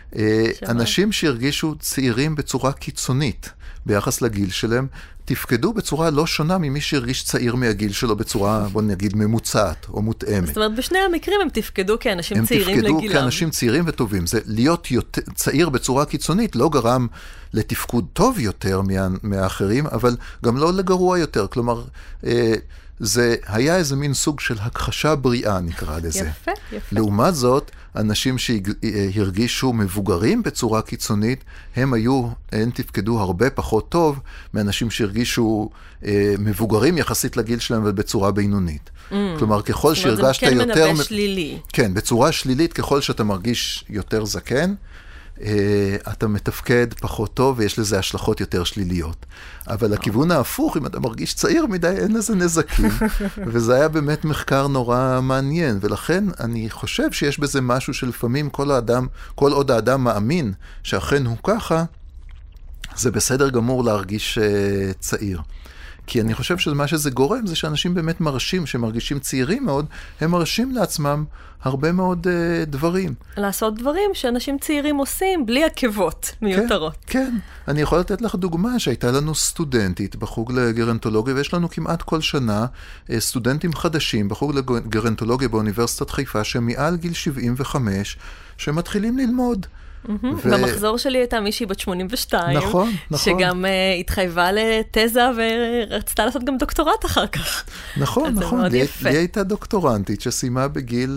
אנשים שהרגישו צעירים בצורה קיצונית ביחס לגיל שלהם, תפקדו בצורה לא שונה ממי שהרגיש צעיר מהגיל שלו בצורה, בוא נגיד, ממוצעת או מותאמת. זאת אומרת, בשני המקרים הם תפקדו כאנשים הם צעירים לגילם. הם תפקדו כאנשים צעירים וטובים. זה להיות יותר, צעיר בצורה קיצונית לא גרם לתפקוד טוב יותר מה, מהאחרים, אבל גם לא לגרוע יותר. כלומר, אה, זה היה איזה מין סוג של הכחשה בריאה, נקרא לזה. יפה, יפה. לעומת זאת, אנשים שהרגישו מבוגרים בצורה קיצונית, הם היו, הם תפקדו הרבה פחות טוב מאנשים שהרגישו אה, מבוגרים יחסית לגיל שלהם, אבל בצורה בינונית. Mm. כלומר, ככל שהרגשת יותר... זאת אומרת, זה כן מנבא שלילי. כן, בצורה שלילית, ככל שאתה מרגיש יותר זקן, אתה מתפקד פחות טוב, ויש לזה השלכות יותר שליליות. אבל הכיוון ההפוך, אם אתה מרגיש צעיר מדי, אין לזה נזקים. וזה היה באמת מחקר נורא מעניין, ולכן אני חושב שיש בזה משהו שלפעמים כל האדם, כל עוד האדם מאמין שאכן הוא ככה, זה בסדר גמור להרגיש צעיר. כי אני חושב שמה שזה גורם זה שאנשים באמת מרשים, שמרגישים צעירים מאוד, הם מרשים לעצמם הרבה מאוד uh, דברים. לעשות דברים שאנשים צעירים עושים בלי עקבות מיותרות. כן, כן. אני יכול לתת לך דוגמה שהייתה לנו סטודנטית בחוג לגרנטולוגיה, ויש לנו כמעט כל שנה uh, סטודנטים חדשים בחוג לגרנטולוגיה באוניברסיטת חיפה, שמעל גיל שבעים וחמש, שמתחילים ללמוד. במחזור שלי הייתה מישהי בת שמונים ושתיים, נכון, נכון. שגם התחייבה לתזה ורצתה לעשות גם דוקטורט אחר כך. נכון, נכון. לי הייתה דוקטורנטית שסיימה בגיל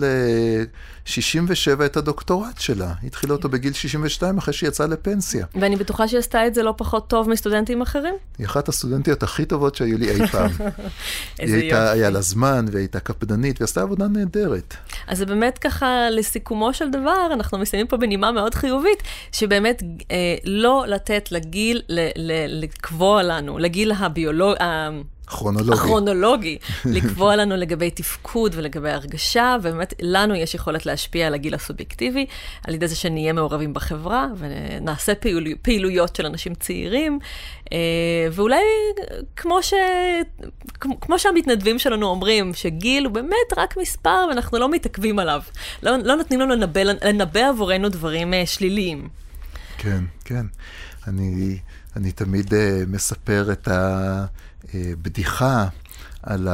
שישים ושבע את הדוקטורט שלה. התחילה אותו בגיל שישים ושתיים אחרי שהיא יצאה לפנסיה. ואני בטוחה שהיא עשתה את זה לא פחות טוב מסטודנטים אחרים? היא אחת הסטודנטיות הכי טובות שהיו לי אי פעם. היא הייתה, היה לה זמן, והיא הייתה קפדנית, ועשתה עבודה נהדרת. אז זה באמת ככה, לסיכומו של דבר, אנחנו מסיימים פה בנימה מאוד חיובית, שבאמת אה, לא לתת לגיל ל- ל- לקבוע לנו, לגיל הביולוג... כרונולוגי. הכרונולוגי, לקבוע לנו לגבי תפקוד ולגבי הרגשה, ובאמת לנו יש יכולת להשפיע על הגיל הסובייקטיבי, על ידי זה שנהיה מעורבים בחברה, ונעשה פעילו, פעילויות של אנשים צעירים, ואולי כמו, ש, כמו שהמתנדבים שלנו אומרים, שגיל הוא באמת רק מספר, ואנחנו לא מתעכבים עליו. לא, לא נותנים לנו לנבא, לנבא עבורנו דברים שליליים. כן, כן. אני, אני תמיד uh, מספר את הבדיחה על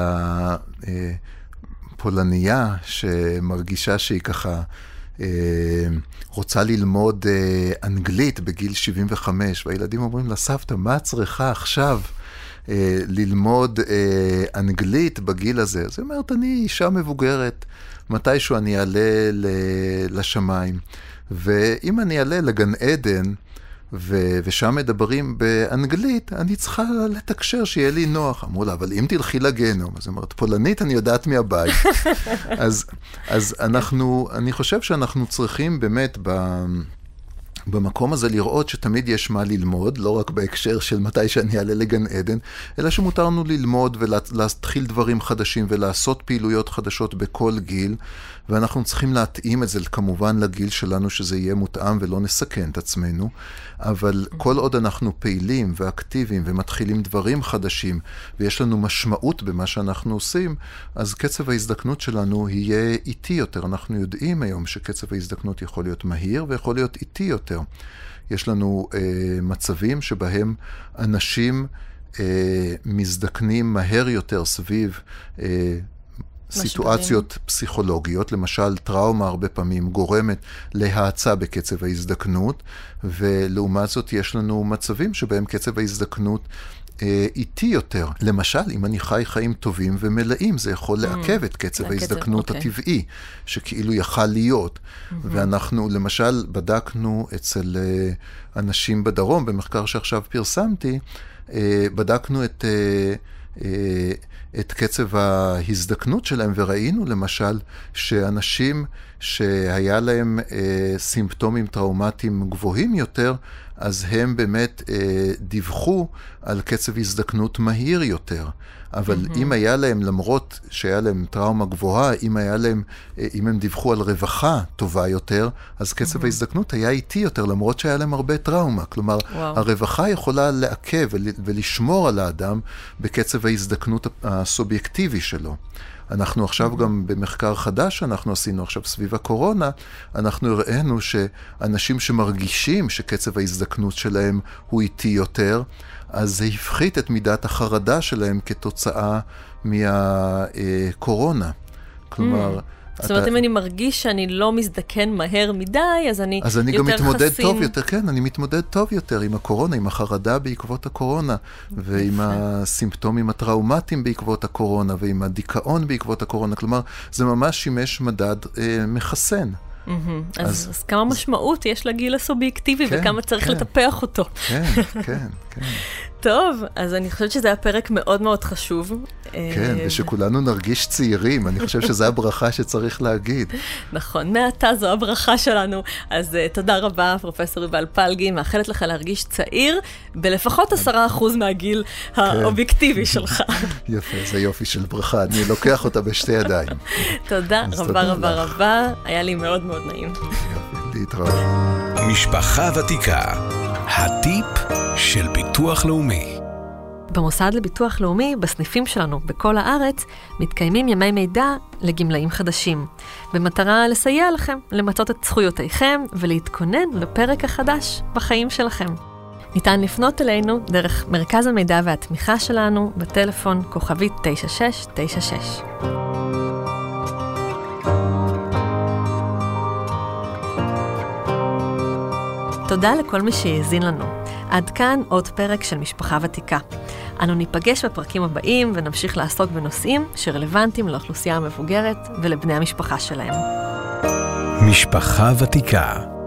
הפולניה שמרגישה שהיא ככה uh, רוצה ללמוד uh, אנגלית בגיל שבעים וחמש, והילדים אומרים לה, סבתא, מה צריכה עכשיו uh, ללמוד uh, אנגלית בגיל הזה? אז היא אומרת, אני אישה מבוגרת, מתישהו אני אעלה לשמיים, ואם אני אעלה לגן עדן, ו- ושם מדברים באנגלית, אני צריכה לתקשר שיהיה לי נוח. אמרו לה, אבל אם תלכי לגנום, אז אמרת, פולנית אני יודעת מהבית. אז, אז אנחנו, אני חושב שאנחנו צריכים באמת ב... במקום הזה לראות שתמיד יש מה ללמוד, לא רק בהקשר של מתי שאני אעלה לגן עדן, אלא שמותר לנו ללמוד ולהתחיל דברים חדשים ולעשות פעילויות חדשות בכל גיל, ואנחנו צריכים להתאים את זה כמובן לגיל שלנו, שזה יהיה מותאם ולא נסכן את עצמנו, אבל כל עוד אנחנו פעילים ואקטיביים ומתחילים דברים חדשים, ויש לנו משמעות במה שאנחנו עושים, אז קצב ההזדקנות שלנו יהיה איטי יותר. אנחנו יודעים היום שקצב ההזדקנות יכול להיות מהיר ויכול להיות איטי יותר. יש לנו אה, מצבים שבהם אנשים אה, מזדקנים מהר יותר סביב אה, סיטואציות פסיכולוגיות, למשל טראומה הרבה פעמים גורמת להאצה בקצב ההזדקנות, ולעומת זאת יש לנו מצבים שבהם קצב ההזדקנות אה, איטי יותר. למשל, אם אני חי חיים טובים ומלאים, זה יכול mm. לעכב את קצב ההזדקנות okay. הטבעי, שכאילו יכל להיות. Mm-hmm. ואנחנו, למשל, בדקנו אצל אה, אנשים בדרום, במחקר שעכשיו פרסמתי, אה, בדקנו את... אה, אה, את קצב ההזדקנות שלהם, וראינו למשל שאנשים שהיה להם אה, סימפטומים טראומטיים גבוהים יותר, אז הם באמת אה, דיווחו על קצב הזדקנות מהיר יותר. אבל mm-hmm. אם היה להם, למרות שהיה להם טראומה גבוהה, אם היה להם, אם הם דיווחו על רווחה טובה יותר, אז קצב mm-hmm. ההזדקנות היה איטי יותר, למרות שהיה להם הרבה טראומה. כלומר, wow. הרווחה יכולה לעכב ולשמור על האדם בקצב ההזדקנות הסובייקטיבי שלו. אנחנו עכשיו גם במחקר חדש שאנחנו עשינו עכשיו סביב הקורונה, אנחנו הראינו שאנשים שמרגישים שקצב ההזדקנות שלהם הוא איטי יותר, אז זה הפחית את מידת החרדה שלהם כתוצאה מהקורונה. כלומר... זאת אומרת, אם אני מרגיש שאני לא מזדקן מהר מדי, אז אני יותר חסין. אז אני גם מתמודד טוב יותר, כן, אני מתמודד טוב יותר עם הקורונה, עם החרדה בעקבות הקורונה, ועם הסימפטומים הטראומטיים בעקבות הקורונה, ועם הדיכאון בעקבות הקורונה. כלומר, זה ממש שימש מדד מחסן. אז כמה משמעות יש לגיל הסובייקטיבי, וכמה צריך לטפח אותו. כן, כן, כן. טוב, אז אני חושבת שזה היה פרק מאוד מאוד חשוב. כן, ושכולנו נרגיש צעירים, אני חושב שזו הברכה שצריך להגיד. נכון, מעתה זו הברכה שלנו, אז תודה רבה, פרופסור יובל פלגי, מאחלת לך להרגיש צעיר, בלפחות עשרה אחוז מהגיל האובייקטיבי שלך. יפה, זה יופי של ברכה, אני לוקח אותה בשתי ידיים. תודה רבה רבה רבה, היה לי מאוד מאוד נעים. להתראות. משפחה ותיקה, הטיפ של ביטוח לאומי. במוסד לביטוח לאומי, בסניפים שלנו בכל הארץ, מתקיימים ימי מידע לגמלאים חדשים, במטרה לסייע לכם למצות את זכויותיכם ולהתכונן לפרק החדש בחיים שלכם. ניתן לפנות אלינו דרך מרכז המידע והתמיכה שלנו בטלפון כוכבית תשע שש תשע שש. תודה לכל מי שהאזין לנו. עד כאן עוד פרק של משפחה ותיקה. אנו ניפגש בפרקים הבאים ונמשיך לעסוק בנושאים שרלוונטיים לאוכלוסייה המבוגרת ולבני המשפחה שלהם. משפחה ותיקה.